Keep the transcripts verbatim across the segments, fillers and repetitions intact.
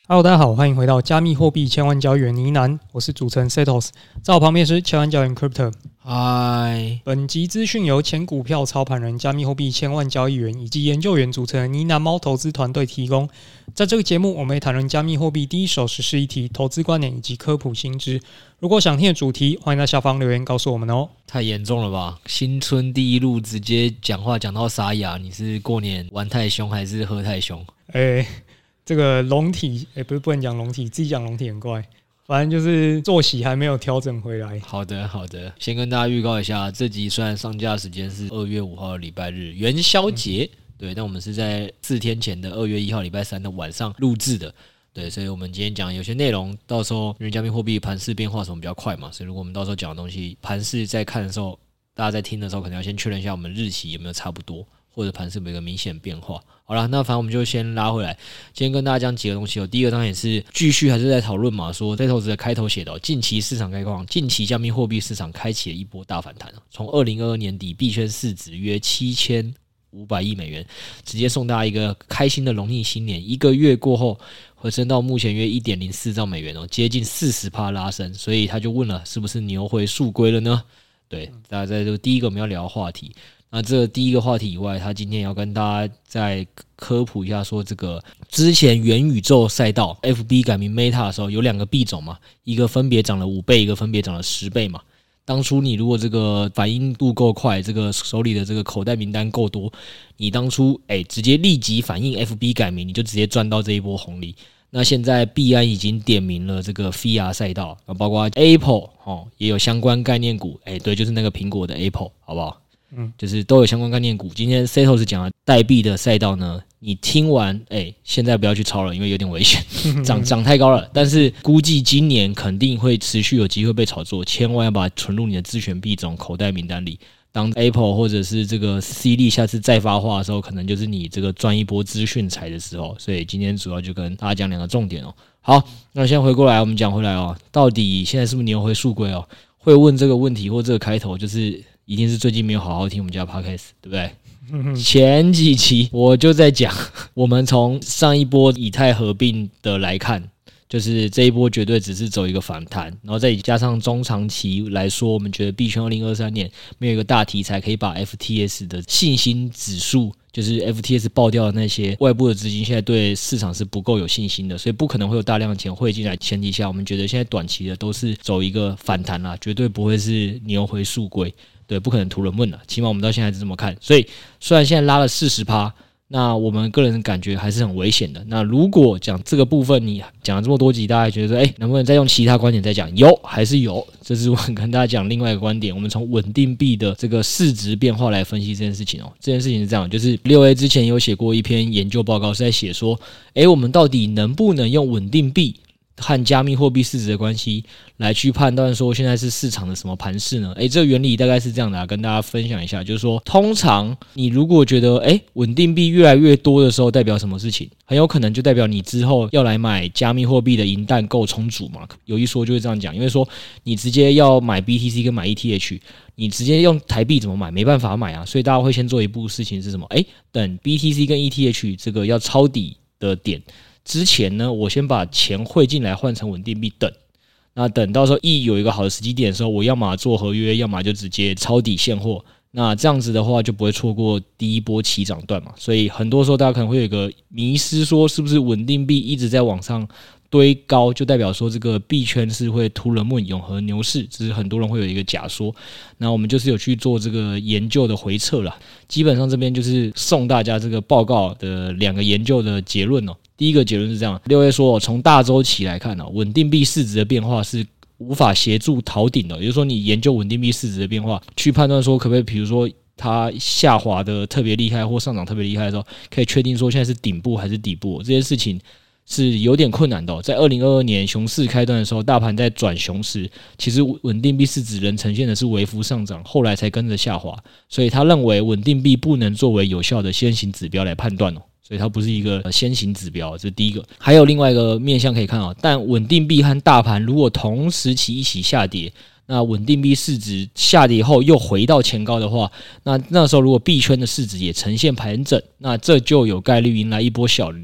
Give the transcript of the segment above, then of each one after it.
Hello， 大家好，欢迎回到加密货币千万交易员呢喃，我是主持人 Setos， 在我旁边是千万交易员 Crypto。 嗨， 本集资讯由前股票操盘人、加密货币千万交易员以及研究员组成的呢喃猫投资团队提供。在这个节目，我们会谈论加密货币第一手实施议题、投资观点以及科普新知。如果想听的主题，欢迎在下方留言告诉我们哦。 太严重了吧？新春第一路直接讲话讲到沙哑，你是过年玩太凶还是喝太凶？ 哎，这个龙体，哎，不是不能讲龙体，自己讲龙体很怪。反正就是作息还没有调整回来。 好的，好的，先跟大家预告一下，这集虽然上架时间是二月五号的礼拜日元宵节、嗯，对，但我们是在四天前的二月一号礼拜三的晚上录制的。对，所以我们今天讲有些内容，到时候因为加密货币盘势变化什么比较快嘛，所以如果我们到时候讲的东西，盘势在看的时候，大家在听的时候，可能要先确认一下我们日期有没有差不多，或者盘势有没有一个明显变化。好啦，那反正我们就先拉回来，今天跟大家讲几个东西哦。第一个当然也是继续还是在讨论嘛，说在投资的开头写的、哦，近期市场概况，近期加密货币市场开启了一波大反弹、哦、从二零二二年底币圈市值约七千五百亿美元，直接送大家一个开心的农历新年。一个月过后，回升到目前约 一点零四兆美元哦，接近 百分之四十 拉升，所以他就问了，是不是牛回速归了呢？对，大家在这第一个我们要聊的话题。那这个第一个话题以外，他今天要跟大家再科普一下，说这个之前元宇宙赛道 F B 改名 Meta 的时候，有两个币种嘛，一个分别涨了五倍，一个分别涨了十倍嘛。当初你如果这个反应度够快，这个手里的这个口袋名单够多，你当初哎直接立即反应 F B 改名，你就直接赚到这一波红利。那现在币安已经点名了这个 V R 赛道，包括 Apple、哦、也有相关概念股，哎对，就是那个苹果的 Apple， 好不好？嗯，就是都有相关概念股。今天 Setos 讲的代币的赛道呢，你听完，哎，现在不要去抄了，因为有点危险，涨涨太高了。但是估计今年肯定会持续有机会被炒作，千万要把它存入你的自选币种口袋名单里。当 Apple 或者是这个 C D 下次再发话的时候，可能就是你这个赚一波资讯财的时候。所以今天主要就跟大家讲两个重点哦。好，那现在回过来，我们讲回来哦，到底现在是不是牛回速归哦？会问这个问题或这个开头，就是一定是最近没有好好听我们家 Podcast， 对不对？前几期我就在讲，我们从上一波以太合并的来看，就是这一波绝对只是走一个反弹，然后再加上中长期来说，我们觉得币圈二零二三年没有一个大题材可以把 F T S 的信心指数，就是 F T S 爆掉的那些外部的资金，现在对市场是不够有信心的，所以不可能会有大量的钱汇进来。前提下，我们觉得现在短期的都是走一个反弹啦，绝对不会是牛回速归，对，不可能图人问了。起码我们到现在是这么看。所以虽然现在拉了 百分之四十，那我们个人感觉还是很危险的。那如果讲这个部分，你讲了这么多集，大家觉得说，哎，能不能再用其他观点再讲？有还是有？这是我跟大家讲另外一个观点。我们从稳定币的这个市值变化来分析这件事情哦。这件事情是这样，就是 六 A 之前有写过一篇研究报告，是在写说，哎，我们到底能不能用稳定币和加密货币市值的关系来去判断说现在是市场的什么盘势呢？诶，这个原理大概是这样的啊，跟大家分享一下，就是说通常你如果觉得诶稳定币越来越多的时候，代表什么事情？很有可能就代表你之后要来买加密货币的银弹够充足嘛。有一说就是这样讲，因为说你直接要买 B T C 跟买 E T H， 你直接用台币怎么买？没办法买啊，所以大家会先做一步事情是什么？诶，等 B T C 跟 E T H 这个要抄底的点之前呢，我先把钱汇进来换成稳定币等，那等到时候一有一个好的时机点的时候，我要么做合约，要么就直接抄底现货。那这样子的话就不会错过第一波起涨段嘛。所以很多时候大家可能会有一个迷思，说是不是稳定币一直在往上堆高，就代表说这个币圈是会图人梦永和牛市，这是很多人会有一个假说。那我们就是有去做这个研究的回测啦，基本上这边就是送大家这个报告的两个研究的结论哦。第一个结论是这样，六 A 说从大周期来看，稳定币市值的变化是无法协助逃顶的，也就是说你研究稳定币市值的变化，去判断说可不可以比如说它下滑的特别厉害或上涨特别厉害的时候，可以确定说现在是顶部还是底部，这件事情是有点困难的、哦、在二零二二年熊市开端的时候，大盘在转熊时，其实稳定币市值仍呈现的是微幅上涨，后来才跟着下滑，所以他认为稳定币不能作为有效的先行指标来判断哦，所以它不是一个先行指标，这是第一个。还有另外一个面向可以看哦，但稳定币和大盘如果同时期一起下跌，那稳定币市值下跌后又回到前高的话，那那时候如果币圈的市值也呈现盘整，那这就有概率迎来一波小牛。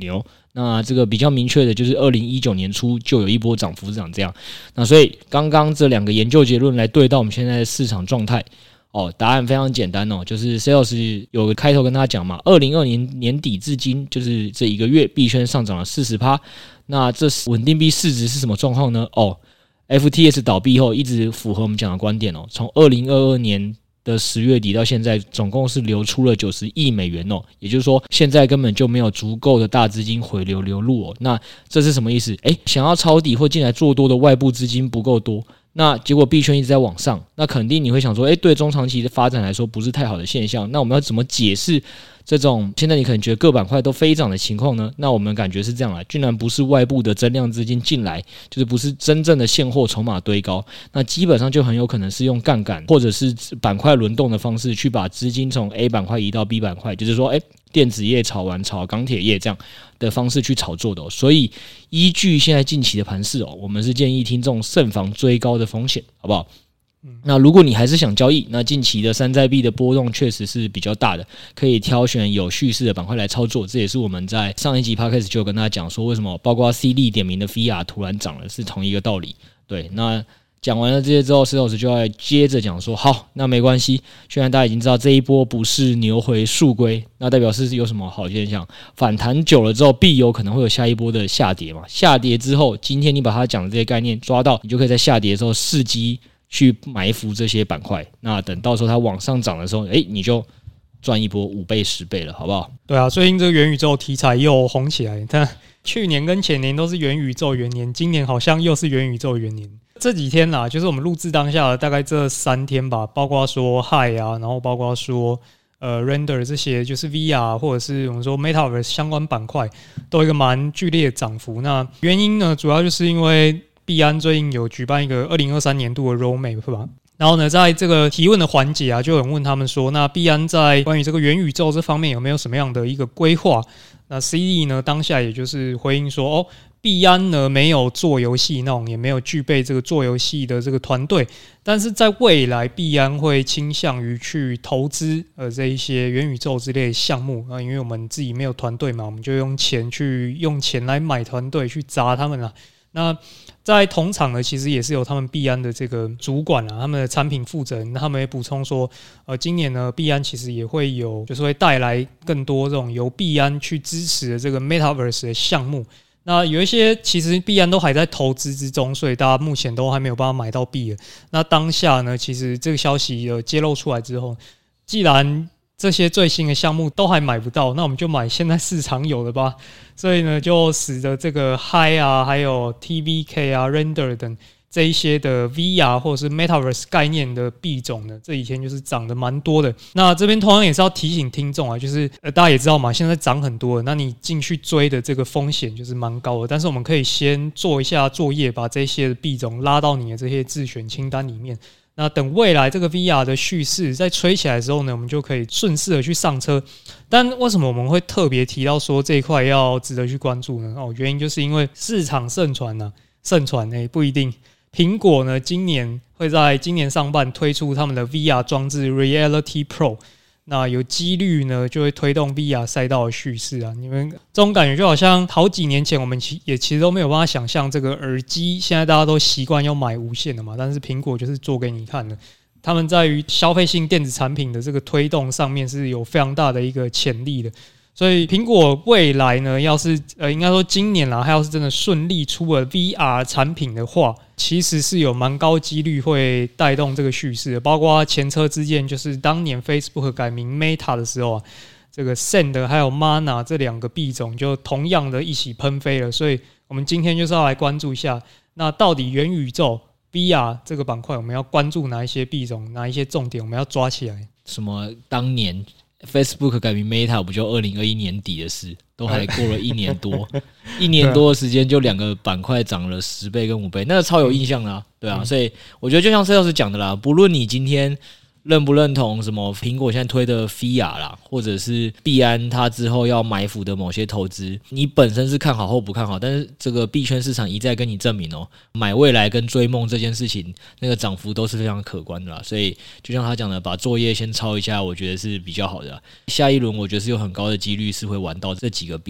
那这个比较明确的就是二零一九年初就有一波涨幅是长这样。那所以刚刚这两个研究结论来对到我们现在的市场状态。哦，答案非常简单哦，就是 Sales 有个开头跟大家讲嘛，二零二零年年底至今，就是这一个月币圈上涨了 百分之四十， 那这稳定币市值是什么状况呢？哦 ，F T S 倒闭后一直符合我们讲的观点哦，从二零二二年的十月底到现在，总共是流出了九十亿美元哦，也就是说现在根本就没有足够的大资金回流流入哦，那这是什么意思？诶，想要抄底或进来做多的外部资金不够多。那结果币圈一直在往上，那肯定你会想说，诶，对中长期的发展来说不是太好的现象。那我们要怎么解释这种现在你可能觉得各板块都飞涨的情况呢？那我们感觉是这样啦，居然不是外部的增量资金进来，就是不是真正的现货筹码堆高，那基本上就很有可能是用杠杆或者是板块轮动的方式去把资金从 A 板块移到 B 板块，就是说，诶，电子业炒完炒钢铁业这样的方式去炒作的哦，所以依据现在近期的盘势哦，我们是建议听众慎防追高的风险，好不好？那如果你还是想交易，那近期的山寨币的波动确实是比较大的，可以挑选有叙事的板块来操作。这也是我们在上一集 Podcast 就有跟大家讲说，为什么包括 C 利点名的 V R 突然涨了，是同一个道理。对，那讲完了这些之后，石老师就要接着讲说，好，那没关系，虽然大家已经知道这一波不是牛回速归，那代表是有什么好现象？反弹久了之后，必有可能会有下一波的下跌嘛。下跌之后，今天你把他讲的这些概念抓到，你就可以在下跌的时候伺机去埋伏这些板块。那等到时候它往上涨的时候，诶，你就赚一波五倍、十倍了，好不好？ 对啊，最近这个元宇宙题材又红起来，但去年跟前年都是元宇宙元年，今年好像又是元宇宙元年。这几天啦，就是我们录制当下的大概这三天吧，包括说 Hi 啊，然后包括说呃 Render 这些，就是 V R 或者是我们说 Metaverse 相关板块，都有一个蛮剧烈的涨幅。那原因呢，主要就是因为币安最近有举办一个二零二三年度的 Roadmap 吧。然后呢，在这个提问的环节啊，就有人问他们说，那币安在关于这个元宇宙这方面有没有什么样的一个规划？那 C E 呢，当下也就是回应说，哦，币安呢没有做游戏那种，也没有具备这个做游戏的这个团队，但是在未来，币安会倾向于去投资呃这一些元宇宙之类的项目啊，因为我们自己没有团队嘛，我们就用钱去用钱来买团队去砸他们啦。那在同场呢，其实也是有他们币安的这个主管啊，他们的产品负责人，他们也补充说，呃，今年呢，币安其实也会有，就是会带来更多这种由币安去支持的这个 Metaverse 的项目。那有一些其实币安都还在投资之中，所以大家目前都还没有办法买到币了。那当下呢，其实这个消息有揭露出来之后，既然这些最新的项目都还买不到，那我们就买现在市场有的吧。所以呢，就使得这个 Hi 啊，还有 T V K 啊、Render 等这一些的 V R 或者是 Metaverse 概念的币种呢，这几天就是涨得蛮多的。那这边同样也是要提醒听众啊，就是呃大家也知道嘛，现在涨很多了，那你进去追的这个风险就是蛮高的。但是我们可以先做一下作业，把这些币种拉到你的这些自选清单里面。那等未来这个 V R 的叙事在吹起来的时候呢，我们就可以顺势的去上车。但为什么我们会特别提到说这一块要值得去关注呢？哦，原因就是因为市场盛传啊，盛传诶不一定。苹果呢，今年会在今年上半推出他们的 V R 装置 Reality Pro。那有几率呢，就会推动 V R 赛道的叙事啊！你们这种感觉就好像好几年前，我们其也其实都没有办法想象这个耳机，现在大家都习惯要买无线的嘛，但是苹果就是做给你看的。他们在于消费性电子产品的这个推动上面是有非常大的一个潜力的。所以苹果未来呢，要是呃应该说今年啦，它要是真的顺利出了 V R 产品的话，其实是有蛮高几率会带动这个叙事的。包括前车之鉴，就是当年 Facebook 改名 Meta 的时候啊，这个 Sand 还有 Mana 这两个币种就同样的一起喷飞了。所以我们今天就是要来关注一下，那到底元宇宙 V R 这个板块，我们要关注哪一些币种，哪一些重点我们要抓起来？ 什么当年Facebook 改名 Meta 不就二零二一年底的事，都还过了一年多，一年多的时间就两个板块涨了十倍跟五倍，那个超有印象啦，对啊，所以我觉得就像 C 老师讲的啦，不论你今天认不认同什么苹果现在推的 V R 啦，或者是币安它之后要埋伏的某些投资，你本身是看好或不看好，但是这个币圈市场一再跟你证明哦，买未来跟追梦这件事情，那个涨幅都是非常可观的啦。所以就像他讲的，把作业先抄一下，我觉得是比较好的啦。下一轮我觉得是有很高的几率是会玩到这几个币的。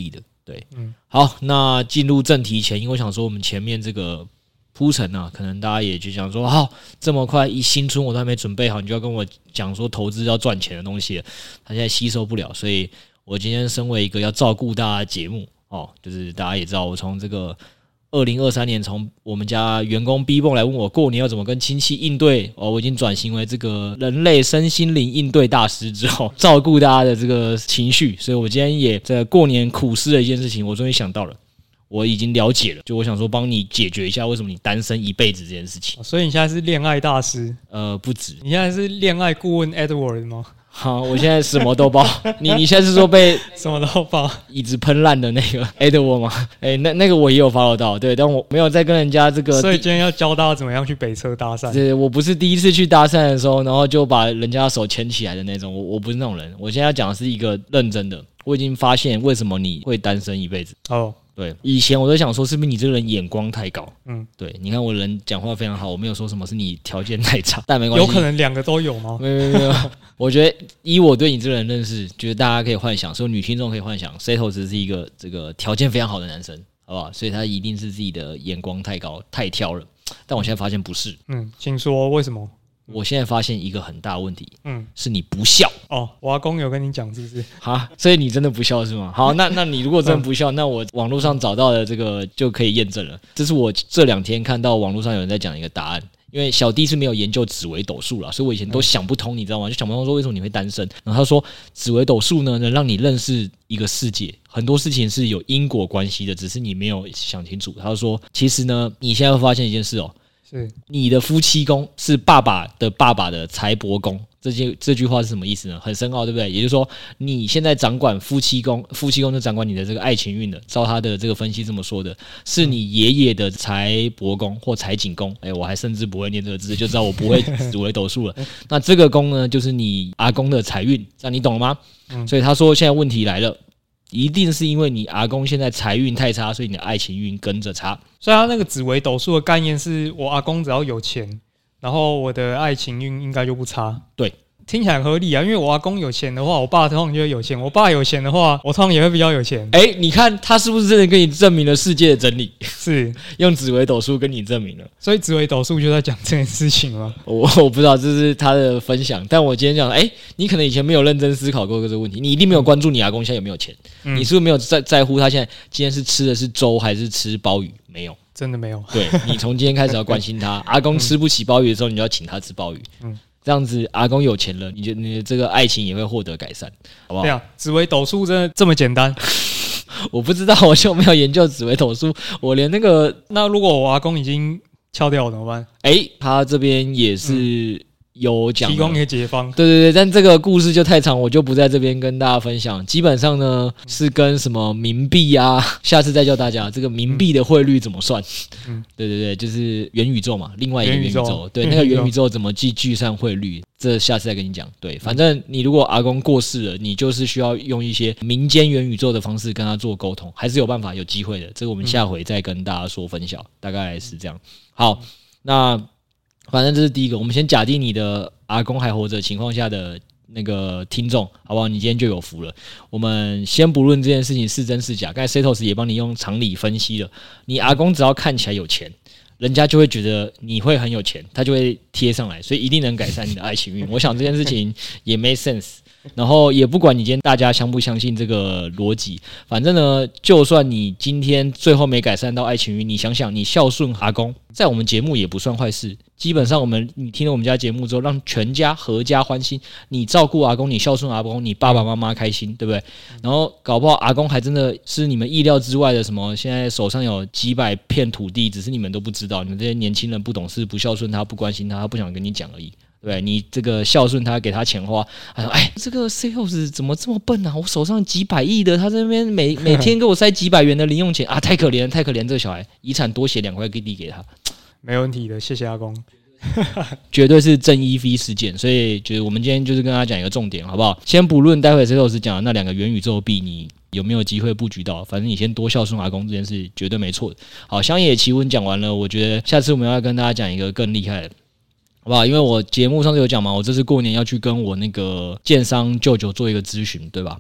对，嗯，好，那进入正题前，因为我想说我们前面这个铺陈啊，可能大家也就想说，好、哦，这么快一新春我都还没准备好，你就要跟我讲说投资要赚钱的东西了，他现在吸收不了，所以我今天身为一个要照顾大家的节目哦，就是大家也知道，我从这个二零二三年从我们家员工逼蹦来问我过年要怎么跟亲戚应对哦，我已经转型为这个人类身心灵应对大师之后，照顾大家的这个情绪，所以我今天也在过年苦思的一件事情，我终于想到了。我已经了解了，就我想说帮你解决一下为什么你单身一辈子这件事情。 所以你现在是恋爱大师？ 呃，不止。 你现在是恋爱顾问 Edward 吗？ 好，我现在什么都包。你你现在是说被什么都包， 椅子喷烂的那个 Edward 吗？哎、欸，那那个我也有 follow 到，对，但我没有在跟人家这个。 所以今天要教大家怎么样去北车搭讪。 对，我不是第一次去搭讪的时候，然后就把人家手牵起来的那种，我我不是那种人。我现在要讲的是一个认真的，我已经发现为什么你会单身一辈子。哦。对，以前我都想说，是不是你这个人眼光太高？嗯，对，你看我人讲话非常好，我没有说什么是你条件太差，但没关系， 有可能两个都有吗？ 没有没有没有，我觉得以我对你这个人认识，觉得大家可以幻想，所有女听众可以幻想 ，Seto 只是一个这个条件非常好的男生，好不好？所以他一定是自己的眼光太高，太挑了。但我现在发现不是。 嗯，请说为什么？ 我现在发现一个很大的问题，嗯，是你不孝哦。我阿公有跟你讲是不是？ 哈，所以你真的不孝是吗？好，那那你如果真的不孝，那我网络上找到的这个就可以验证了。这是我这两天看到网络上有人在讲一个答案。因为小弟是没有研究紫微斗数啦，所以我以前都想不通，你知道吗？就想不通说为什么你会单身。然后他说，紫微斗数呢，能让你认识一个世界，很多事情是有因果关系的，只是你没有想清楚。他说，其实呢，你现在会发现一件事哦。是你的夫妻宫是爸爸的爸爸的财帛宫，这句这句话是什么意思呢？很深奥，对不对？也就是说，你现在掌管夫妻宫，夫妻宫就掌管你的这个爱情运的。照他的这个分析这么说的，是你爷爷的财帛宫或财景宫。哎，我还甚至不会念这个字，就知道我不会紫微斗数了。那这个宫呢，就是你阿公的财运，这样你懂了吗？嗯、所以他说，现在问题来了。一定是因为你阿公现在财运太差，所以你的爱情运跟着差。 所以他那个紫微斗数的概念是我阿公只要有钱，然后我的爱情运应该就不差。 对， 听起来很合理啊。因为我阿公有钱的话，我爸通常就会有钱；我爸有钱的话，我通常也会比较有钱。 哎、欸，你看他是不是真的跟你证明了世界的真理？ 是用紫微斗数跟你证明了。 所以紫微斗数就在讲这件事情吗？ 我我不知道，这是他的分享。但我今天讲，哎、欸，你可能以前没有认真思考过这个问题，你一定没有关注你阿公现在有没有钱。嗯、你是不是没有在在乎他现在今天是吃的是粥还是吃鲍鱼？没有， 真的没有。 对，你从今天开始要关心他。阿公吃不起鲍鱼的时候，你就要请他吃鲍鱼。嗯。这样子，阿公有钱了，你就你的这个爱情也会获得改善，好不好？ 对啊，紫微斗数真的这么简单？ 我不知道，我就没有研究紫微斗数，我连那个…… 那如果我阿公已经敲掉了怎么办？ 哎、欸，他这边也是有讲、嗯、 提供一个解方。 对对对，但这个故事就太长，我就不在这边跟大家分享。基本上呢，是跟什么冥币啊，下次再教大家这个冥币的汇率怎么算。嗯，对对对，就是元宇宙嘛，另外一个元宇宙，元宇宙对，那个元宇宙怎么计计算汇率，这下次再跟你讲。对，反正你如果阿公过世了，你就是需要用一些民间元宇宙的方式跟他做沟通，还是有办法，有机会的。这个我们下回再跟大家说分享，大概是这样。好，那反正这是第一个，我们先假定你的阿公还活着情况下的那个听众，好不好？你今天就有福了。我们先不论这件事情是真是假，刚才 Setos 也帮你用常理分析了。你阿公只要看起来有钱，人家就会觉得你会很有钱，他就会贴上来，所以一定能改善你的爱情运。我想这件事情也 make sense。然后也不管你今天大家相不相信这个逻辑，反正呢，就算你今天最后没改善到爱情运，你想想，你孝顺阿公，在我们节目也不算坏事。基本上我们你听了我们家节目之后，让全家合家欢心，你照顾阿公，你孝顺阿公，你爸爸妈妈开心，对不对？然后搞不好阿公还真的是你们意料之外的什么，现在手上有几百片土地，只是你们都不知道，你们这些年轻人不懂事，不孝顺他，不关心他，他不想跟你讲而已。对，你这个孝顺他，给他钱花，他说：“哎，这个 sales 怎么这么笨啊？我手上几百亿的，他这边每每天给我塞几百元的零用钱啊，太可怜了，太可怜！这个小孩，遗产多写两块地给他， 没问题的，谢谢阿公， 绝对是正 E V 事件。所以，就是我们今天就是跟他讲一个重点，好不好？先不论待会 sales 讲的那两个元宇宙币，你有没有机会布局到？反正你先多孝顺阿公这件事绝对没错的。好，乡野奇闻讲完了，我觉得下次我们要跟大家讲一个更厉害的。”好不好？因为我节目上次有讲嘛，我这次过年要去跟我那个建商舅舅做一个咨询，对吧？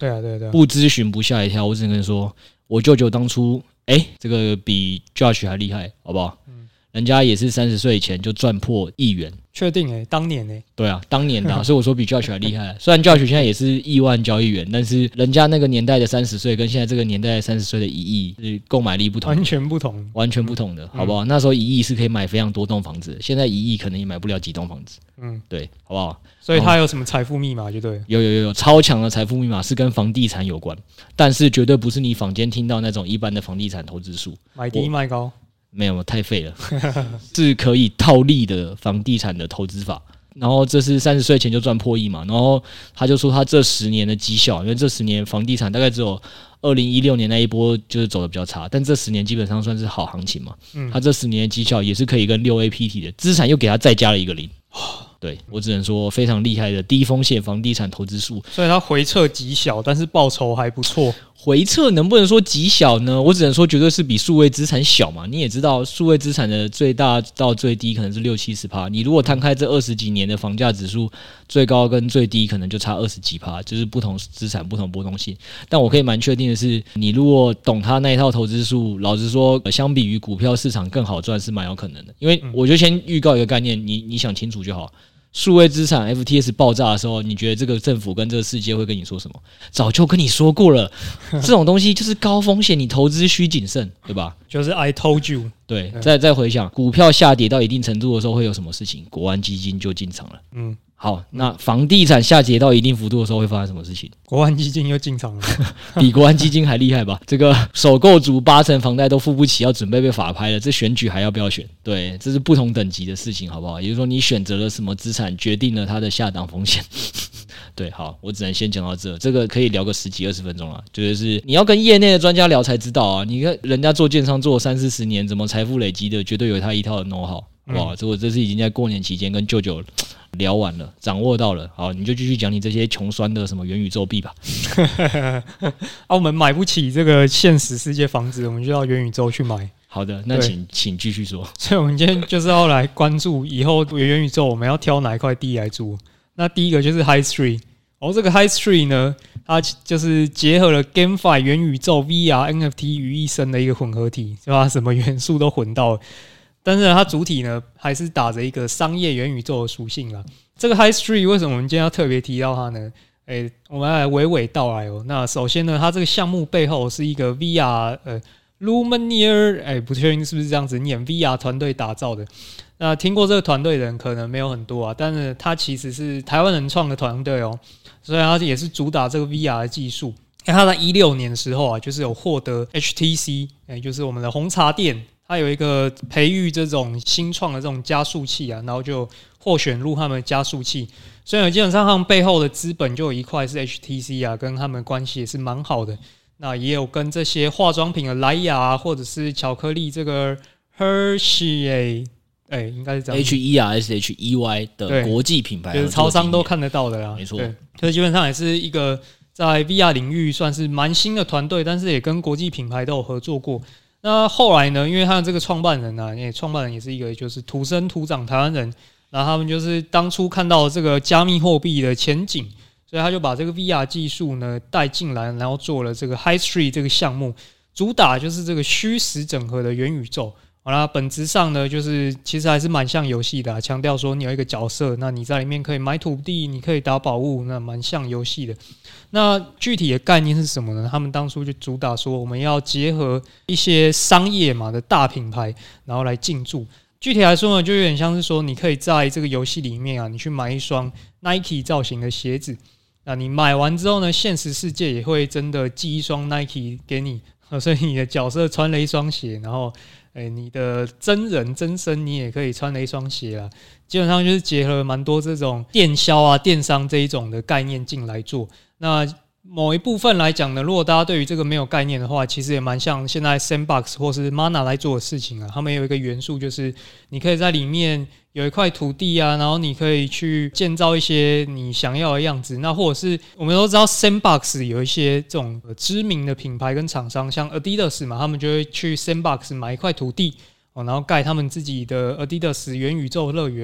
对啊，对啊，对啊， 不咨询不吓一跳。我只能跟你说，我舅舅当初，哎、欸，这个比 Josh 还厉害，好不好？嗯，人家也是三十岁以前就赚破亿元。 确定哎、欸，当年哎、欸， 对啊，当年的、啊，所以我说比 Josh 还厉害。虽然 Josh 现在也是亿万交易员，但是人家那个年代的三十岁跟现在这个年代的三十岁的一亿，是购买力不同， 完全不同， 完全不同的，好不好？嗯、那时候一亿是可以买非常多栋房子，现在一亿可能也买不了几栋房子。嗯，对，好不好？ 所以他有什么财富密码就对了。 有有有有超强的财富密码是跟房地产有关，但是绝对不是你坊间听到那种一般的房地产投资术， 买低卖高。 没有，太废了，是可以套利的房地产的投资法。然后这是三十岁前就赚破亿嘛，然后他就说他这十年的绩效，因为这十年房地产大概只有二零一六年那一波就是走的比较差，但这十年基本上算是好行情嘛。嗯，他这十年的绩效也是可以跟六 A P T 的资产又给他再加了一个零。对，我只能说非常厉害的低风险房地产投资术， 所以它回撤极小，但是报酬还不错。 回撤能不能说极小呢？我只能说绝对是比数位资产小嘛。你也知道，数位资产的最大到最低可能是六七十趴。你如果摊开这二十几年的房价指数，最高跟最低可能就差二十几趴，就是不同资产不同波动性。但我可以蛮确定的是，你如果懂他那一套投资术，老实说，相比于股票市场更好赚是蛮有可能的。因为我就先预告一个概念，你你想清楚就好。数位资产 F T S 爆炸的时候，你觉得这个政府跟这个世界会跟你说什么？早就跟你说过了，这种东西就是高风险，你投资需谨慎，对吧？ 就是 I told you。 对，再再回想，股票下跌到一定程度的时候会有什么事情？国安基金就进场了。嗯，好，那房地产下跌到一定幅度的时候会发生什么事情？ 国安基金又进场了， 比国安基金还厉害吧？这个首购族八成房贷都付不起，要准备被法拍了，这选举还要不要选？对，这是不同等级的事情，好不好？也就是说，你选择了什么资产，决定了它的下档风险。对，好，我只能先讲到这，这个可以聊个十几二十分钟了。就是你要跟业内的专家聊才知道啊，你看人家做建商做三四十年，怎么财富累积的，绝对有他一套的 know how。哇，这我这次已经在过年期间跟舅舅聊完了，掌握到了。好，你就继续讲你这些穷酸的什么元宇宙币吧。 啊，我们买不起这个现实世界房子，我们就到元宇宙去买。 好的，那请请继续说。 所以，我们今天就是要来关注以后元宇宙我们要挑哪一块地来住。那第一个就是 High Street， 哦，这个 High Street 呢，它就是结合了 GameFi 元宇宙 V R、N F T 于一身的一个混合体，是吧？什么元素都混到了。但是呢它主体呢还是打着一个商业元宇宙的属性啦。这个 High Street 为什么我们今天要特别提到它呢？诶、欸，我们来娓娓道来哦。那首先呢，它这个项目背后是一个 V R 呃 Lumineer， 哎、欸，不确定是不是这样子念 V R 团队打造的。那听过这个团队的人可能没有很多啊，但是它其实是台湾人创的团队哦，所以它也是主打这个 V R 的技术。欸、它在一六年的时候啊，就是有获得 H T C， 哎、欸，就是我们的红茶店。它有一个培育这种新创的这种加速器啊，然后就获选入他们的加速器，所以基本上他们背后的资本就有一块是 H T C 啊，跟他们关系也是蛮好的。那也有跟这些化妆品的莱雅啊，或者是巧克力这个 Hershey， 哎、欸，应该是这样 ，H E R S H E Y 的国际品牌， 就是超商都看得到的啦， 没错。 所以基本上也是一个在 V R 领域算是蛮新的团队，但是也跟国际品牌都有合作过。那后来呢？因为他的这个创办人啊，也创办人也是一个就是土生土长台湾人，然后他们就是当初看到这个加密货币的前景，所以他就把这个 V R 技术呢带进来，然后做了这个 High Street 这个项目，主打就是这个虚实整合的元宇宙。好啦，本质上呢，就是其实还是蛮像游戏的、啊，强调说你有一个角色，那你在里面可以买土地，你可以打宝物，那蛮像游戏的。那具体的概念是什么呢？他们当初就主打说，我们要结合一些商业嘛的大品牌，然后来进驻。具体来说呢，就有点像是说，你可以在这个游戏里面啊，你去买一双 Nike 造型的鞋子，那你买完之后呢，现实世界也会真的寄一双 Nike 给你，所以你的角色穿了一双鞋，然后。欸、你的真人真身你也可以穿了一双鞋啦，基本上就是结合了蛮多这种电销啊、电商这一种的概念进来做。那某一部分来讲呢，如果大家对于这个没有概念的话，其实也蛮像现在 Sandbox 或是 Mana 来做的事情啊。他们有一个元素就是你可以在里面有一块土地啊，然后你可以去建造一些你想要的样子。那或者是我们都知道 Sandbox 有一些这种知名的品牌跟厂商，像 Adidas 嘛，他们就会去 Sandbox 买一块土地，然后盖他们自己的 Adidas 元宇宙乐园。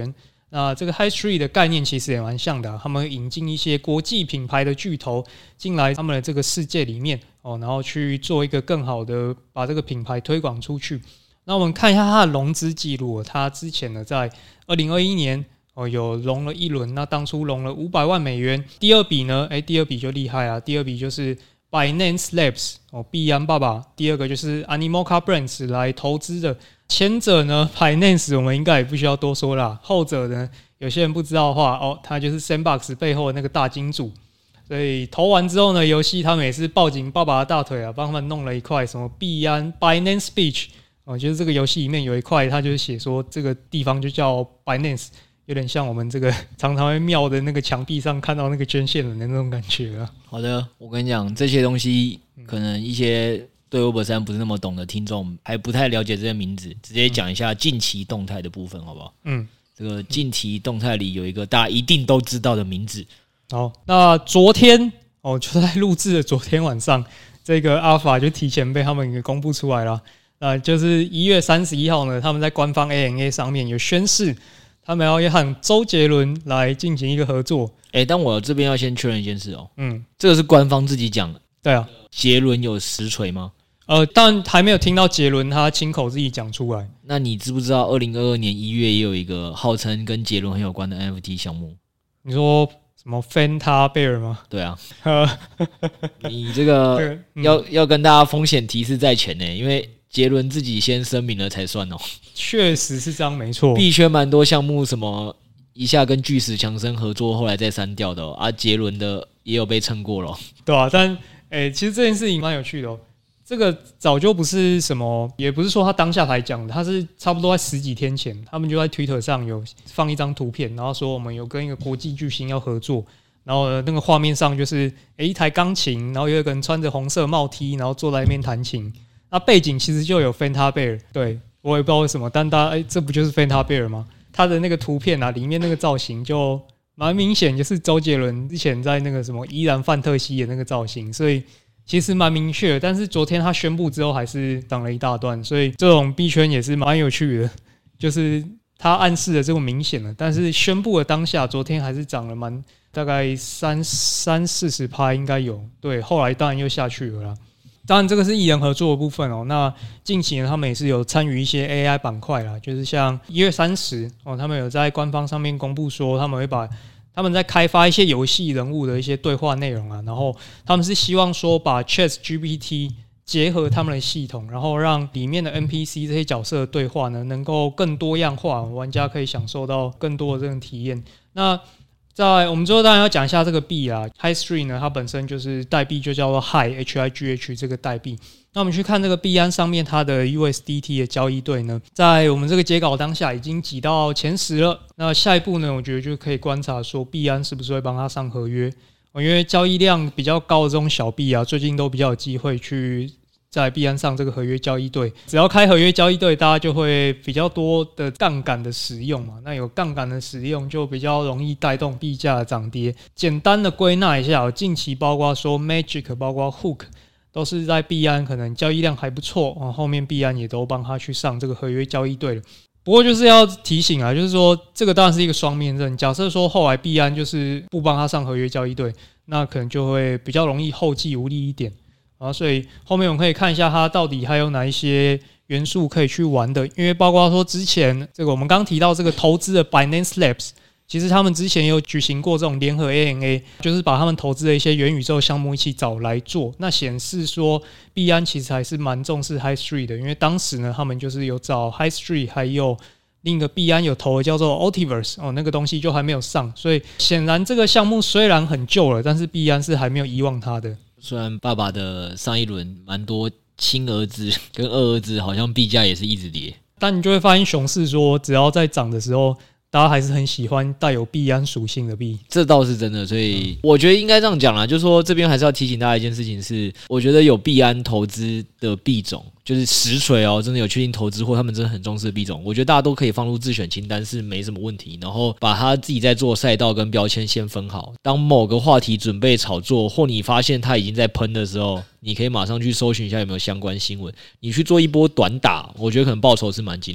那这个 High Street 的概念其实也蛮像的、啊，他们会引进一些国际品牌的巨头进来他们的这个世界里面哦，然后去做一个更好的把这个品牌推广出去。那我们看一下它的融资记录，它之前呢在二零二一年哦有融了一轮，那当初融了五百万美元。第二笔呢，哎，第二笔就厉害啊，第二笔就是 Binance Labs 哦，币安爸爸。第二个就是 Animoca Brands 来投资的。前者呢 Binance 我们应该也不需要多说啦，后者呢有些人不知道的话哦，他就是 Sandbox 背后的那个大金主，所以投完之后呢，游戏他们也是抱紧爸爸的大腿啊，帮他们弄了一块什么币安 Binance Beach 哦，就是这个游戏里面有一块，他就是写说这个地方就叫 Binance， 有点像我们这个常常会庙的那个墙壁上看到那个捐献人的那种感觉啊。 好的，我跟你讲，这些东西可能一些对 Web 三 不是那么懂的听众还不太了解这些名字，直接讲一下近期动态的部分好不好？嗯，这个近期动态里有一个大家一定都知道的名字。 好，那昨天哦，就在录制的昨天晚上，这个 Alpha 就提前被他们给公布出来了。呃，就是一月三十一号呢，他们在官方 A N A 上面有宣示，他们要和周杰伦来进行一个合作。 哎、欸，但我这边要先确认一件事哦，嗯，这个是官方自己讲的。 对啊， 杰伦有实锤吗？ 呃，但还没有听到杰伦他亲口自己讲出来。 那你知不知道二零二二年一月也有一个号称跟杰伦很有关的 N F T 项目？ 你说什么 Fanta Bear 吗？ 对啊，你这个要、嗯、要跟大家风险提示在前呢，因为杰伦自己先声明了才算哦。 确实是这样，没错。 币圈蛮多项目，什么一下跟巨石强森合作，后来再删掉的、哦、啊，杰伦的也有被蹭过了、哦， 对啊，但诶、欸，其实这件事情蛮有趣的哦。这个早就不是什么，也不是说他当下才讲的，他是差不多在十几天前，他们就在 Twitter 上有放一张图片，然后说我们有跟一个国际巨星要合作，然后那个画面上就是诶、欸、一台钢琴，然后有一个人穿着红色帽 T， 然后坐在那边弹琴，那背景其实就有 Fanta Bear， 对我也不知道为什么，但大家诶、欸、这不就是 Fanta Bear 吗？他的那个图片啊，里面那个造型就蛮明显，就是周杰伦之前在那个什么依然范特西的那个造型，所以其实蛮明确的。但是昨天他宣布之后还是涨了一大段，所以这种币圈也是蛮有趣的，就是他暗示的这么明显了，但是宣布的当下，昨天还是涨了蛮大概三三四十趴应该有，对，后来当然又下去了啦。当然这个是艺人合作的部分哦。那近期呢，他们也是有参与一些 A I 板块啦，就是像一月三十哦，他们有在官方上面公布说，他们会把他们在开发一些游戏人物的一些对话内容啊，然后他们是希望说把 ChatGPT 结合他们的系统，然后让里面的 N P C 这些角色的对话呢能够更多样化，玩家可以享受到更多的这种体验。那在我们最后当然要讲一下这个币啦 ，High Street 呢，它本身就是代币，就叫做 High H I G H 这个代币。那我们去看这个币安上面它的 U S D T 的交易对呢，在我们这个截稿当下已经挤到前十了。那下一步呢，我觉得就可以观察说币安是不是会帮它上合约，因为交易量比较高的这种小币啊，最近都比较有机会去在币安上这个合约交易对，只要开合约交易对，大家就会比较多的杠杆的使用嘛。那有杠杆的使用，就比较容易带动币价的涨跌。简单的归纳一下，近期包括说 Magic， 包括 Hook， 都是在币安可能交易量还不错，后面币安也都帮他去上这个合约交易对了。不过就是要提醒啊，就是说这个当然是一个双面刃。假设说后来币安就是不帮他上合约交易对，那可能就会比较容易后继无力一点。啊，所以后面我们可以看一下它到底还有哪一些元素可以去玩的，因为包括说之前这个我们刚提到这个投资的 Binance Labs， 其实他们之前有举行过这种联合 A N A， 就是把他们投资的一些元宇宙项目一起找来做，那显示说币安其实还是蛮重视 High Street 的，因为当时呢他们就是有找 High Street 还有另一个币安有投的叫做 Ultiverse 哦，那个东西就还没有上，所以显然这个项目虽然很旧了，但是币安是还没有遗忘它的。 虽然爸爸的上一轮蛮多亲儿子跟二儿子好像币价也是一直跌， 但你就会发现熊市说只要在涨的时候，大家还是很喜欢带有币安属性的币， 这倒是真的。所以我觉得应该这样讲啦，就是说这边还是要提醒大家一件事情是，我觉得有币安投资的币种，就是实锤哦，真的有确定投资或他们真的很重视的币种，我觉得大家都可以放入自选清单是没什么问题。然后把他自己在做赛道跟标签先分好，当某个话题准备炒作，或你发现他已经在喷的时候，你可以马上去搜寻一下有没有相关新闻，你去做一波短打，我觉得可能报酬是蛮惊人的。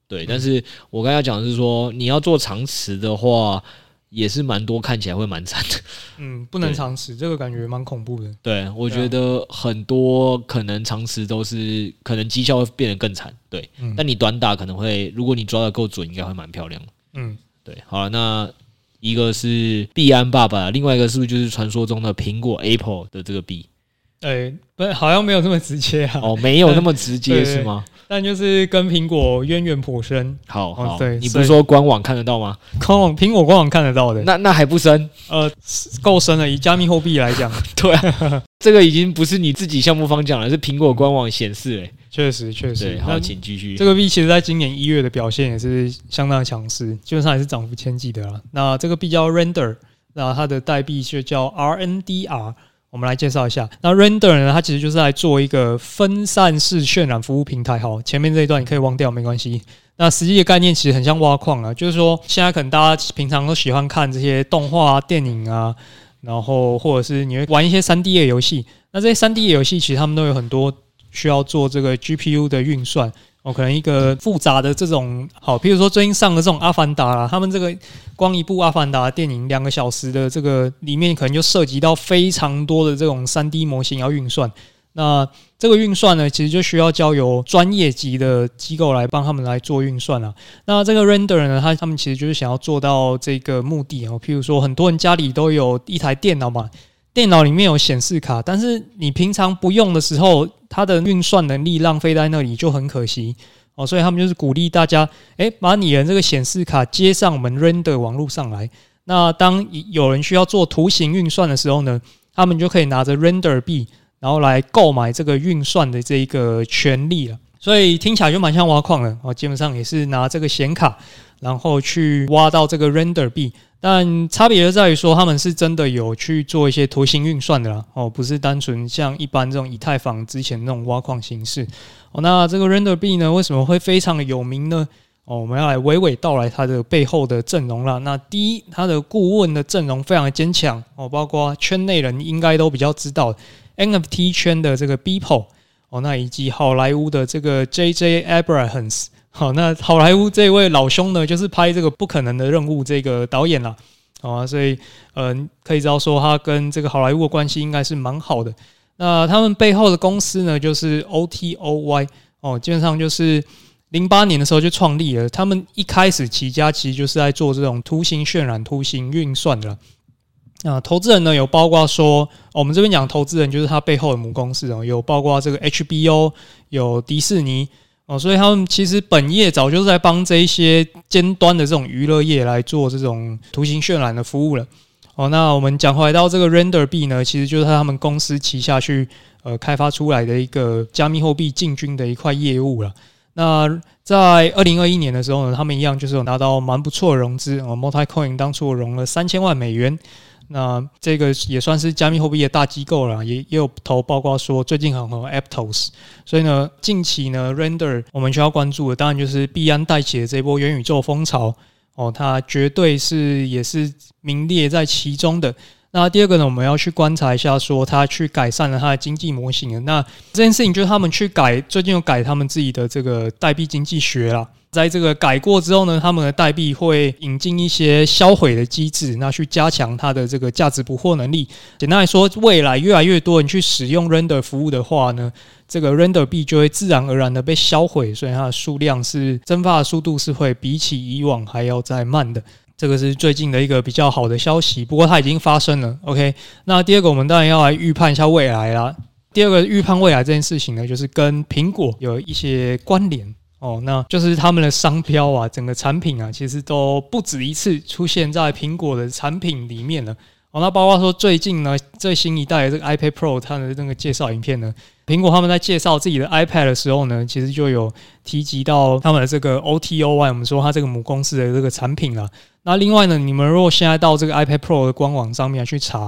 对，但是我刚才讲的是说，你要做长持的话，也是蛮多，看起来会蛮惨的。 嗯，不能长持，这个感觉蛮恐怖的。 对，我觉得很多可能长持都是可能绩效会变得更惨。对，嗯、但你短打可能会，如果你抓得够准，应该会蛮漂亮的。嗯，对，好了，那一个是币安爸爸，另外一个是不是就是传说中的苹果 Apple 的这个币？ 哎，不，好像没有这么直接啊。 哦，没有那么直接是吗？ 但就是跟苹果渊源颇深。 好好， 哦、对， 你不是说官网看得到吗？ 官网苹果官网看得到的， 那那还不深？ 呃，够深了。以加密货币来讲， 对啊，这个已经不是你自己项目方讲了，是苹果官网显示诶。 确实，确实。 对，好，请继续。 这个币其实在今年一月的表现也是相当强势，基本上也是涨幅千几的啦。那这个币叫 Render， 那它的代币就叫 R N D R。我们来介绍一下，那 Render 呢，它其实就是来做一个分散式渲染服务平台。好，前面这一段你可以忘掉，没关系。那实际的概念其实很像挖矿啊，就是说现在可能大家平常都喜欢看这些动画啊、电影啊，然后或者是你会玩一些 三 D 的游戏。那这些 三 D 的游戏其实他们都有很多需要做这个 G P U 的运算。哦，可能一个复杂的这种好，譬如说最近上的这种《阿凡达》啦，他们这个光一部《阿凡达》电影两个小时的这个里面，可能就涉及到非常多的这种 三 D 模型要运算。那这个运算呢，其实就需要交由专业级的机构来帮他们来做运算啊。那这个 Render 呢，他他们其实就是想要做到这个目的哦。譬如说，很多人家里都有一台电脑嘛。电脑里面有显示卡，但是你平常不用的时候，它的运算能力浪费在那里就很可惜哦。所以他们就是鼓励大家，哎，把你的这个显示卡接上我们 Render 网络上来。那当有人需要做图形运算的时候呢，他们就可以拿着 Render 币，然后来购买这个运算的这个权利了。所以听起来就蛮像挖矿的哦，基本上也是拿这个显卡，然后去挖到这个 Render 币。但差别就在于说，他们是真的有去做一些图形运算的啦，哦，不是单纯像一般这种以太坊之前那种挖矿形式。哦，那这个 Render 币呢，为什么会非常的有名呢？哦，我们要来娓娓道来它的背后的阵容啦。那第一，它的顾问的阵容非常的坚强哦，包括圈内人应该都比较知道 N F T 圈的这个 Beeple 哦，那以及好莱坞的这个 J J Abrams。好，那好莱坞这位老兄呢，就是拍这个不可能的任务这个导演啦，啊，所以呃可以知道说他跟这个好莱坞的关系应该是蛮好的。那他们背后的公司呢，就是 O T O Y 哦，基本上就是零八年的时候就创立了。他们一开始起家其实就是在做这种图形渲染、图形运算的啦。啊，投资人呢有包括说，哦，我们这边讲投资人就是他背后的母公司哦，有包括这个 H B O， 有迪士尼。哦，所以他们其实本业早就是在帮这一些尖端的这种娱乐业来做这种图形渲染的服务了。哦，那我们讲回到这个 Render 币呢，其实就是他们公司旗下去呃开发出来的一个加密货币进军的一块业务了。那在二零二一年的时候呢，他们一样就是有拿到蛮不错的融资哦 ，Multicoin 当初融了三千万美元。那这个也算是加密货币的大机构了，也也有投，包括说最近很红 Aptos， 所以呢，近期呢 Render 我们需要关注的，当然就是币安带起的这波元宇宙风潮哦，它绝对是也是名列在其中的。那第二个呢，我们要去观察一下，说它去改善了它的经济模型了。那这件事情就是他们去改，最近有改他们自己的这个代币经济学啦。在这个改过之后呢，他们的代币会引进一些销毁的机制，那去加强它的这个价值捕获能力。简单来说，未来越来越多人去使用 Render 服务的话呢，这个 Render 币就会自然而然的被销毁，所以它的数量是蒸发的速度是会比起以往还要再慢的。这个是最近的一个比较好的消息，不过它已经发生了。OK， 那第二个我们当然要来预判一下未来啦。第二个预判未来这件事情呢，就是跟苹果有一些关联。哦，那就是他们的商标啊，整个产品啊，其实都不止一次出现在苹果的产品里面了。哦，那包括说最近呢，最新一代的这个 iPad Pro 它的那个介绍影片呢，苹果他们在介绍自己的 iPad 的时候呢，其实就有提及到他们的这个 O T O Y， 我们说它这个母公司的这个产品啦。那另外呢，你们如果现在到这个 iPad Pro 的官网上面去查，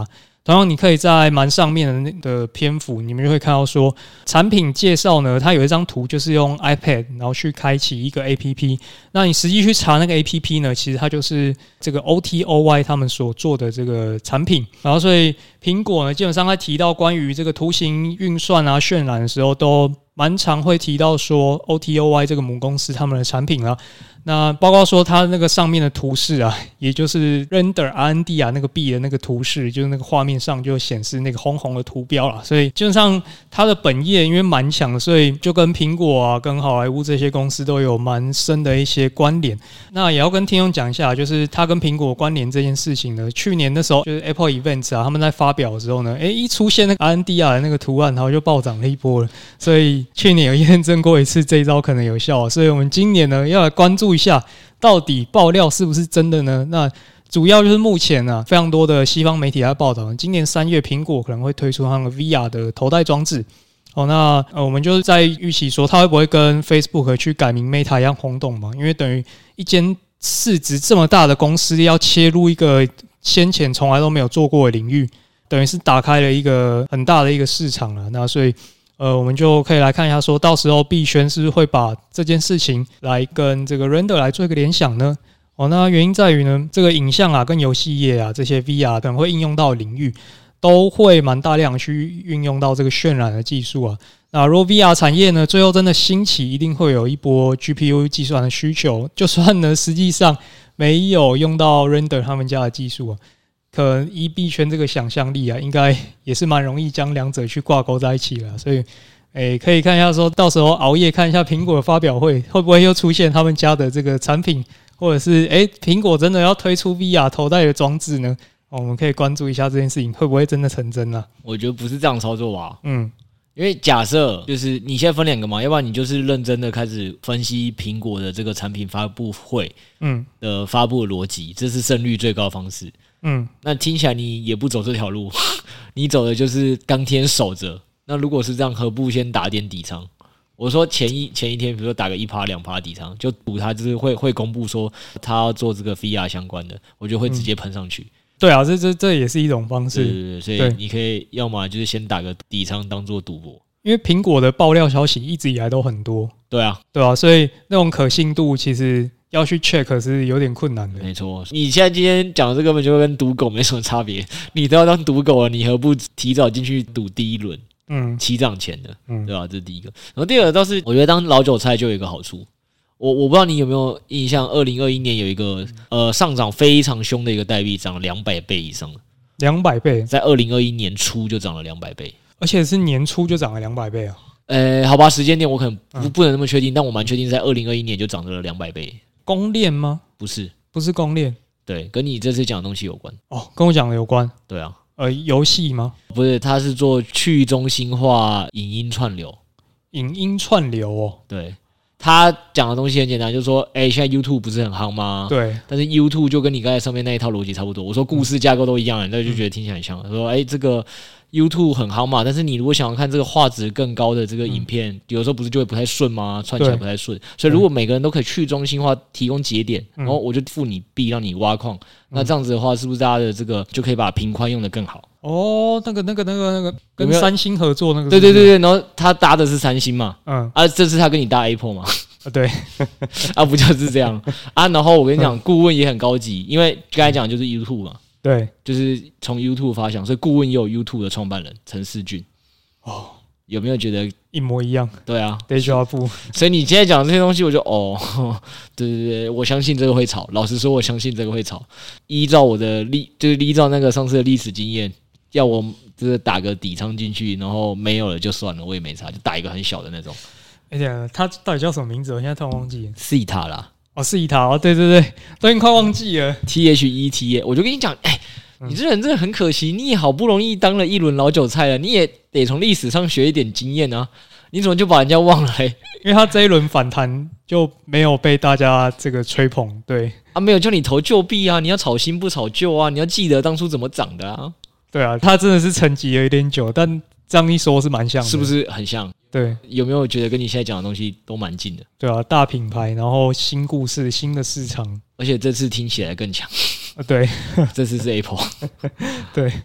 同样你可以在蛮上面的那的篇幅，你们就会看到说产品介绍呢，它有一张图就是用 iPad 然后去开启一个 A P P， 那你实际去查那个 A P P 呢，其实它就是这个 O T O Y 他们所做的这个产品，然后所以苹果呢基本上在提到关于这个图形运算啊渲染的时候都蛮常会提到说 O T O Y 这个母公司他们的产品啊，那包括说它那个上面的图示啊，也就是 render R N D 啊那个 B 的那个图示，就是那个画面上就显示那个红红的图标啦，所以基本上它的本业因为蛮强，所以就跟苹果啊跟好莱坞这些公司都有蛮深的一些关联。那也要跟听众讲一下，就是它跟苹果关联这件事情呢，去年的时候就是 Apple Events 啊，他们在发表的时候呢，诶一出现那个 R N D R 的那个图案，然后就暴涨了一波了，所以去年有验证过一次这一招可能有效，所以我们今年呢要来关注一下到底爆料是不是真的呢？那主要就是目前啊，非常多的西方媒体在报道，今年三月苹果可能会推出他们 V R 的头戴装置。哦，那呃，我们就是在预期说，它会不会跟 Facebook 去改名 Meta 一样轰动嘛？因为等于一间市值这么大的公司要切入一个先前从来都没有做过的领域，等于是打开了一个很大的一个市场了。那所以。呃，我们就可以来看一下，说到时候币圈是不是会把这件事情来跟这个 render 来做一个联想呢？哦，那原因在于呢，这个影像啊、跟游戏业啊这些 V R 可能会应用到的领域，都会蛮大量去运用到这个渲染的技术啊。那如果 V R 产业呢，最后真的兴起，一定会有一波 G P U 计算的需求，就算呢实际上没有用到 render 他们家的技术啊。可能以币圈这个想象力啊，应该也是蛮容易将两者去挂钩在一起了，所以，诶，可以看一下说到时候熬夜看一下苹果的发表会，会不会又出现他们家的这个产品，或者是诶，苹果真的要推出 V R 头戴的装置呢？哦，我们可以关注一下这件事情会不会真的成真啊？ 我觉得不是这样操作吧， 嗯。 因为假设就是你现在分两个嘛，要不然你就是认真的开始分析苹果的这个产品发布会的发布的逻辑，这是胜率最高的方式。嗯，那听起来你也不走这条路，你走的就是当天守着。那如果是这样，何不先打点底仓？我说前一前一天，比如说打个一趴两趴底仓，就赌他就是会会公布说他要做这个 V R 相关的，我觉得会直接喷上去。嗯， 对啊，这这这也是一种方式。 对对对，所以你可以要么就是先打个底仓当做赌博， 因为苹果的爆料消息一直以来都很多。 对啊， 对啊，所以那种可信度其实要去 check 是有点困难的。 没错，你现在今天讲的这根本就跟赌狗没什么差别。你都要当赌狗了，你何不提早进去赌第一轮？嗯，起涨前的，嗯，对吧？这是第一个。然后第二个倒是，我觉得当老韭菜就有一个好处。我我不知道你有没有印象，二零二一年有一个呃上涨非常凶的一个代币，涨了两百倍以上。 两百倍， 在二零二一年初就涨了两百倍， 而且是年初就涨了两百倍啊。 呃，好吧，时间点我可能不、嗯、不能那么确定，但我蛮确定在二零二一年就涨了两百倍。 公链吗？ 不是， 不是公链， 对，跟你这次讲的东西有关。 哦，跟我讲的有关。 对啊， 呃，游戏吗？ 不是，它是做去中心化影音串流。 影音串流哦， 对。他讲的东西很简单，就是说，哎、欸，现在 YouTube 不是很夯吗？ 对。但是 YouTube 就跟你刚才上面那一套逻辑差不多。我说故事架构都一样，那、嗯、就觉得听起来很像。说，哎、欸，这个 YouTube 很夯嘛，但是你如果想要看这个画质更高的这个影片，嗯、有时候不是就会不太顺吗？串起来不太顺。所以如果每个人都可以去中心化提供节点，然后我就付你币让你挖矿，嗯、那这样子的话，是不是大家的这个就可以把频宽用得更好？ 哦，那个、那个、那个、那个，跟三星合作那个， 对对对对，然后他搭的是三星嘛， 嗯， 啊，这次他跟你搭 Apple 嘛， 啊对， 啊不就是这样啊？然后我跟你讲，顾问也很高级，因为刚才讲的就是 YouTube 嘛， 对， 就是从 YouTube 发想，所以顾问也有 YouTube 的创办人陈世俊，哦，有没有觉得一模一样？ 对啊 ，Deja vu。 所以你今天讲这些东西，我就哦，对对对，我相信这个会炒。老实说，我相信这个会炒。依照我的历，就是依照那个上次的历史经验。要我就是打个底仓进去，然后没有了就算了，我也没差，就打一个很小的那种。 哎呀，他到底叫什么名字？我现在突然忘记了。 C 塔啦， 哦，C 塔哦，对对对，都已经快忘记了。 T H E T A， 我就跟你讲，哎、欸，你这人真的很可惜，你也好不容易当了一轮老韭菜了，你也得从历史上学一点经验啊。你怎么就把人家忘了、欸？ 因为他这一轮反弹就没有被大家这个吹捧，对啊，没有叫你投旧币啊，你要炒新不炒旧啊，你要记得当初怎么涨的啊。 对啊，他真的是沉寂了有点久，但这样一说是蛮像的， 是不是很像？ 对， 有没有觉得跟你现在讲的东西都蛮近的？ 对啊，大品牌，然后新故事、新的市场， 而且这次听起来更强。 对， 这次是 Apple。 对，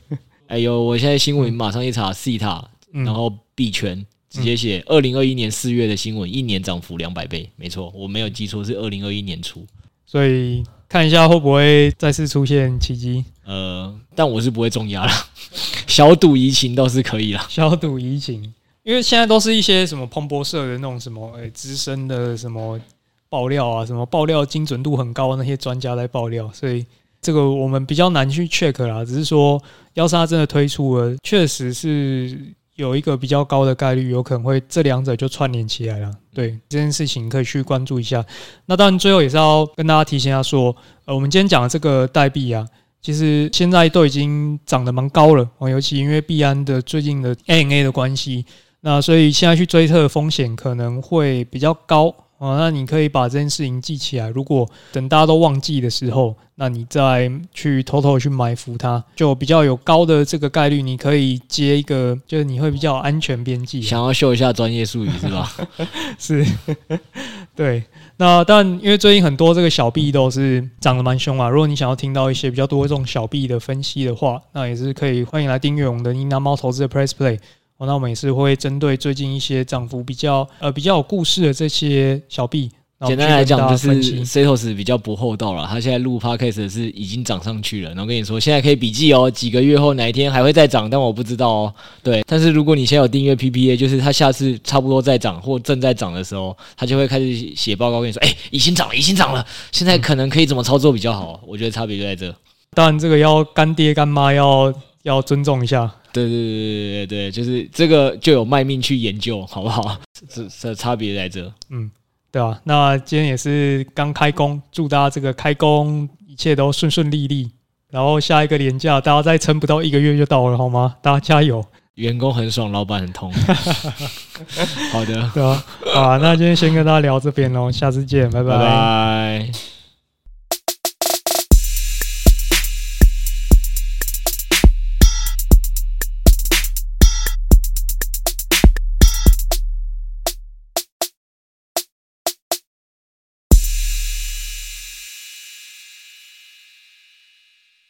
哎呦，我现在新闻马上一查 C 塔、嗯，然后币圈直接写二零二一年四月的新闻，一年涨幅两百倍，没错，我没有记错，是二零二一年初。 所以看一下会不会再次出现奇迹。 呃，但我是不会重压啦，小赌怡情倒是可以啦。 小赌怡情，因为现在都是一些什么彭博社的那种什么诶资深的什么爆料啊，什么爆料精准度很高的那些专家在爆料，所以这个我们比较难去 check 啦。只是说，要是他真的推出了，确实是有一个比较高的概率，有可能会这两者就串联起来了。对这件事情可以去关注一下。那当然最后也是要跟大家提醒一下说，呃，我们今天讲的这个代币啊，其实现在都已经涨得蛮高了，尤其因为币安的最近的 A N A 的关系，那所以现在去追测的风险可能会比较高。哦，那你可以把这件事情记起来，如果等大家都忘记的时候，那你再去偷偷去埋伏它，就比较有高的这个概率，你可以接一个，就是你会比较有安全边际。 想要秀一下专业术语是吧？ 是，对。那但因为最近很多这个小币都是涨得蛮凶啊，如果你想要听到一些比较多这种小币的分析的话，那也是可以欢迎来订阅我们的妮娜猫投资的 Press Play。哦，那我们也是会针对最近一些涨幅比较呃比较有故事的这些小币， 简单来讲就是 Setos 比较不厚道啦，他现在录 Podcast 是已经涨上去了，然后跟你说现在可以笔记哦，几个月后哪一天还会再涨，但我不知道哦。对，但是如果你现在有订阅 P P A， 就是他下次差不多在涨或正在涨的时候，他就会开始写报告跟你说，哎、欸，已经涨了，已经涨了，现在可能可以怎么操作比较好？我觉得差别就在这。 当然，这个要干爹干妈要要尊重一下。 对对对对对，就是这个就有卖命去研究，好不好？这这差别在这。 嗯，对啊。那今天也是刚开工，祝大家这个开工一切都顺顺利利。然后下一个连假，大家再撑不到一个月就到了，好吗？大家加油！ 员工很爽，老板很痛。好的， 对啊。好啊，那今天先跟大家聊这边喽，下次见，拜拜。 拜拜。